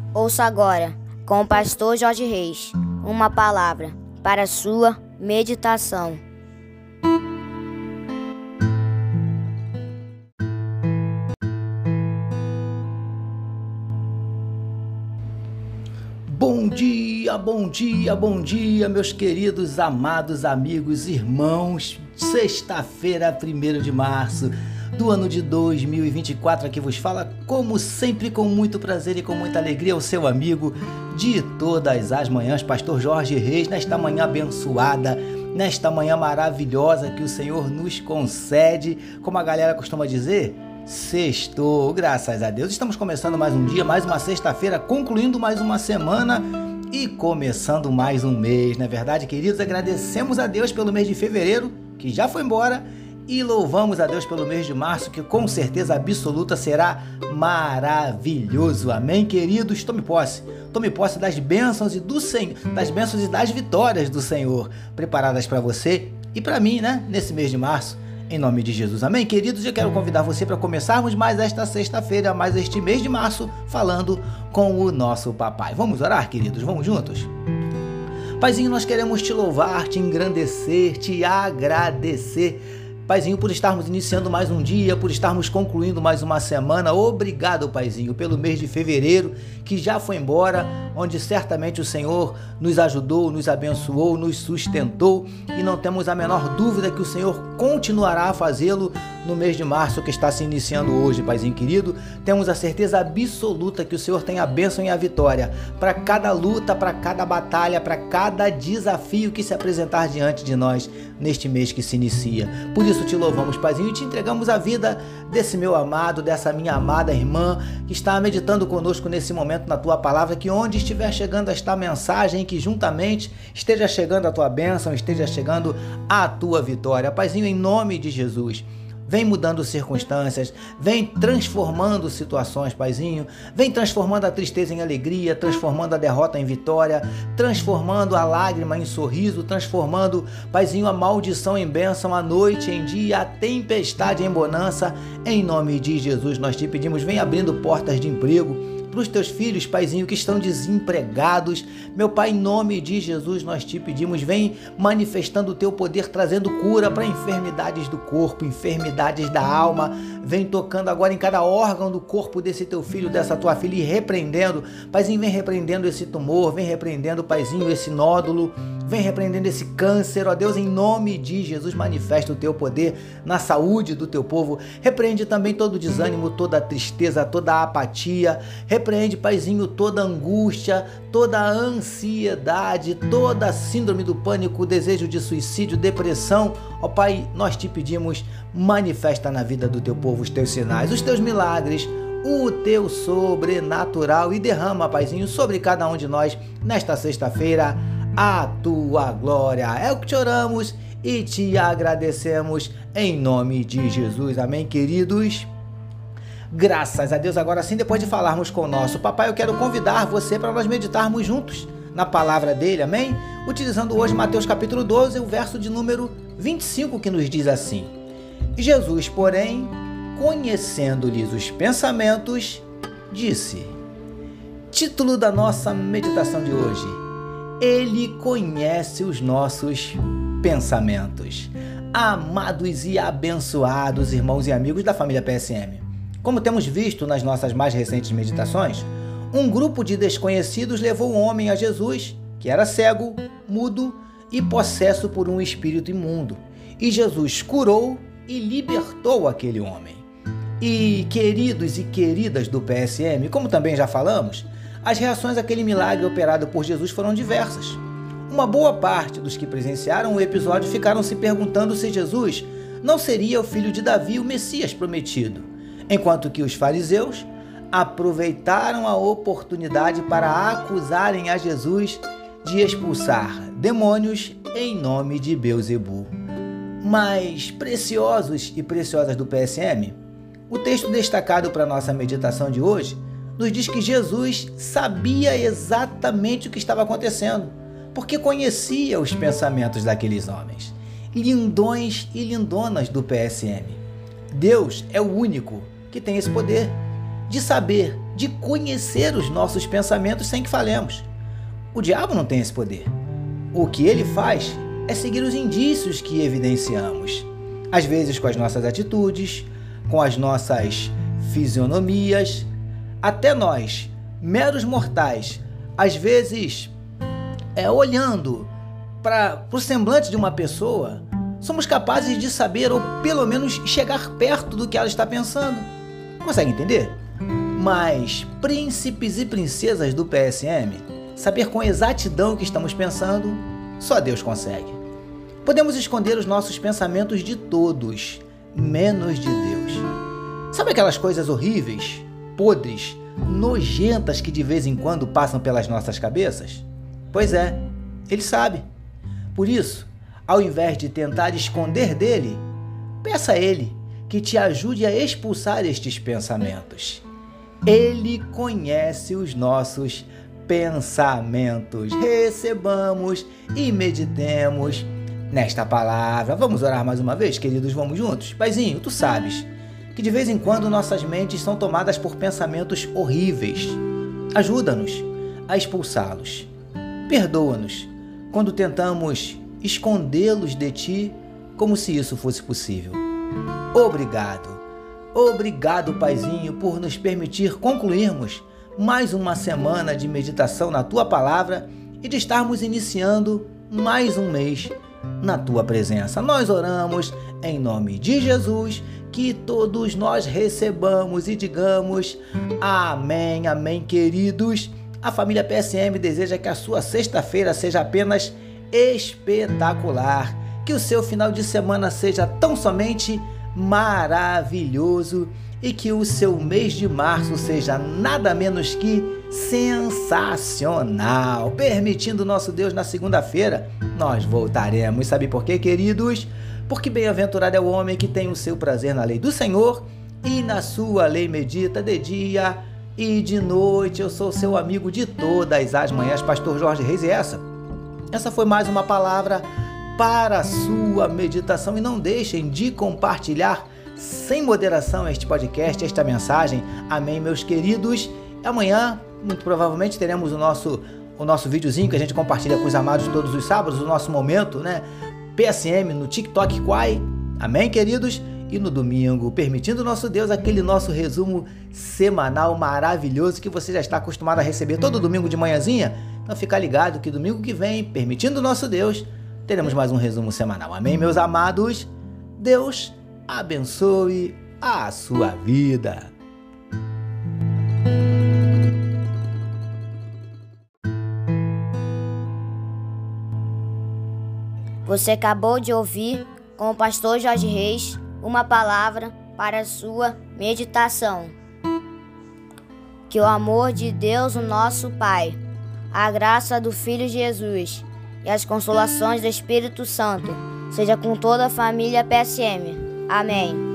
Ouça agora, com o pastor Jorge Reis, uma palavra para a sua meditação. Bom dia, bom dia, bom dia, meus queridos, amados amigos, irmãos. Sexta-feira, 1º de março do ano de 2024, aqui vos fala, como sempre, com muito prazer e com muita alegria, o seu amigo de todas as manhãs, pastor Jorge Reis, nesta manhã abençoada, nesta manhã maravilhosa que o Senhor nos concede, como a galera costuma dizer, sextou, graças a Deus. Estamos começando mais um dia, mais uma sexta-feira, concluindo mais uma semana e começando mais um mês, não é verdade, queridos? Agradecemos a Deus pelo mês de fevereiro, que já foi embora, e louvamos a Deus pelo mês de março, que com certeza absoluta será maravilhoso. Amém, queridos? Tome posse das bênçãos e do Senhor, das bênçãos e das vitórias do Senhor, preparadas para você e para mim, né? Nesse mês de março, em nome de Jesus. Amém, queridos? Eu quero convidar você para começarmos mais esta sexta-feira, mais este mês de março, falando com o nosso papai. Vamos orar, queridos? Vamos juntos? Paizinho, nós queremos te louvar, te engrandecer, te agradecer, Paizinho, por estarmos iniciando mais um dia, por estarmos concluindo mais uma semana. Obrigado, Paizinho, pelo mês de fevereiro, que já foi embora, onde certamente o Senhor nos ajudou, nos abençoou, nos sustentou, e não temos a menor dúvida que o Senhor continuará a fazê-lo no mês de março, que está se iniciando hoje, Paizinho querido. Temos a certeza absoluta que o Senhor tem a bênção e a vitória para cada luta, para cada batalha, para cada desafio que se apresentar diante de nós neste mês que se inicia. Por isso te louvamos, Paizinho, e te entregamos a vida desse meu amado, dessa minha amada irmã que está meditando conosco nesse momento na tua palavra, que onde estiver chegando esta mensagem, que juntamente esteja chegando a tua bênção, esteja chegando a tua vitória. Paizinho, em nome de Jesus, vem mudando circunstâncias, vem transformando situações, Paizinho, vem transformando a tristeza em alegria, transformando a derrota em vitória, transformando a lágrima em sorriso, transformando, Paizinho, a maldição em bênção, a noite em dia, a tempestade em bonança. Em nome de Jesus nós te pedimos, vem abrindo portas de emprego para os teus filhos, Paizinho, que estão desempregados. Meu Pai, em nome de Jesus nós te pedimos, vem manifestando o teu poder, trazendo cura para enfermidades do corpo, enfermidades da alma, vem tocando agora em cada órgão do corpo desse teu filho, dessa tua filha, e repreendendo, Paizinho, vem repreendendo esse tumor, vem repreendendo, Paizinho, esse nódulo, vem repreendendo esse câncer, ó Deus, em nome de Jesus, manifesta o teu poder na saúde do teu povo, repreende também todo o desânimo, toda a tristeza, toda a apatia, repreende, Paizinho, toda a angústia, toda a ansiedade, toda a síndrome do pânico, desejo de suicídio, depressão. Ó Pai, nós te pedimos, manifesta na vida do teu povo os teus sinais, os teus milagres, o teu sobrenatural, e derrama, Paizinho, sobre cada um de nós nesta sexta-feira a tua glória. É o que te oramos e te agradecemos em nome de Jesus. Amém, queridos? Graças a Deus. Agora sim, depois de falarmos com o nosso papai, eu quero convidar você para nós meditarmos juntos na palavra dele, amém? Utilizando hoje Mateus capítulo 12, o verso de número 25, que nos diz assim: Jesus, porém, conhecendo-lhes os pensamentos, disse. Título da nossa meditação de hoje: Ele conhece os nossos pensamentos. Amados e abençoados irmãos e amigos da família PSM, como temos visto nas nossas mais recentes meditações, um grupo de desconhecidos levou um homem a Jesus, que era cego, mudo e possesso por um espírito imundo. E Jesus curou e libertou aquele homem. E queridos e queridas do PSM, como também já falamos, as reações àquele milagre operado por Jesus foram diversas. Uma boa parte dos que presenciaram o episódio ficaram se perguntando se Jesus não seria o filho de Davi, o Messias prometido, enquanto que os fariseus aproveitaram a oportunidade para acusarem a Jesus de expulsar demônios em nome de Beelzebu. Mas, preciosos e preciosas do PSM, o texto destacado para a nossa meditação de hoje nos diz que Jesus sabia exatamente o que estava acontecendo, porque conhecia os pensamentos daqueles homens, lindões e lindonas do PSM. Deus é o único que tem esse poder de saber, de conhecer os nossos pensamentos sem que falemos. O diabo não tem esse poder. O que ele faz é seguir os indícios que evidenciamos, às vezes com as nossas atitudes, com as nossas fisionomias. Até nós, meros mortais, às vezes, olhando para o semblante de uma pessoa, somos capazes de saber, ou pelo menos chegar perto do que ela está pensando. Consegue entender? Mas príncipes e princesas do PSM, saber com exatidão o que estamos pensando, só Deus consegue. Podemos esconder os nossos pensamentos de todos, menos de Deus. Sabe aquelas coisas horríveis, podres, nojentas que de vez em quando passam pelas nossas cabeças? Pois é, Ele sabe. Por isso, ao invés de tentar esconder dele, peça a Ele que te ajude a expulsar estes pensamentos. Ele conhece os nossos pensamentos. Recebamos e meditemos nesta palavra. Vamos orar mais uma vez, queridos? Vamos juntos? Paizinho, tu sabes que de vez em quando nossas mentes são tomadas por pensamentos horríveis. Ajuda-nos a expulsá-los. Perdoa-nos quando tentamos escondê-los de ti como se isso fosse possível. Obrigado. Obrigado, Paizinho, por nos permitir concluirmos mais uma semana de meditação na Tua Palavra e de estarmos iniciando mais um mês na Tua presença. Nós oramos em nome de Jesus, que todos nós recebamos e digamos amém, amém, queridos. A família PSM deseja que a sua sexta-feira seja apenas espetacular, que o seu final de semana seja tão somente maravilhoso e que o seu mês de março seja nada menos que sensacional. Permitindo nosso Deus, na segunda-feira nós voltaremos. Sabe por quê, queridos? Porque bem-aventurado é o homem que tem o seu prazer na lei do Senhor e na sua lei medita de dia e de noite. Eu sou seu amigo de todas as manhãs, Pastor Jorge Reis, e essa foi mais uma palavra para a sua meditação. E não deixem de compartilhar sem moderação este podcast, esta mensagem. Amém, meus queridos. Amanhã, muito provavelmente, teremos o nosso videozinho que a gente compartilha com os amados todos os sábados, o nosso momento, né? PSM no TikTok Quai. Amém, queridos? E no domingo, permitindo nosso Deus, aquele nosso resumo semanal maravilhoso que você já está acostumado a receber todo domingo de manhãzinha. Então fica ligado que domingo que vem, permitindo nosso Deus, teremos mais um resumo semanal. Amém, meus amados? Deus abençoe a sua vida. Você acabou de ouvir, com o pastor Jorge Reis, uma palavra para a sua meditação. Que o amor de Deus, o nosso Pai, a graça do Filho Jesus e as consolações do Espírito Santo seja com toda a família PSM. Amém.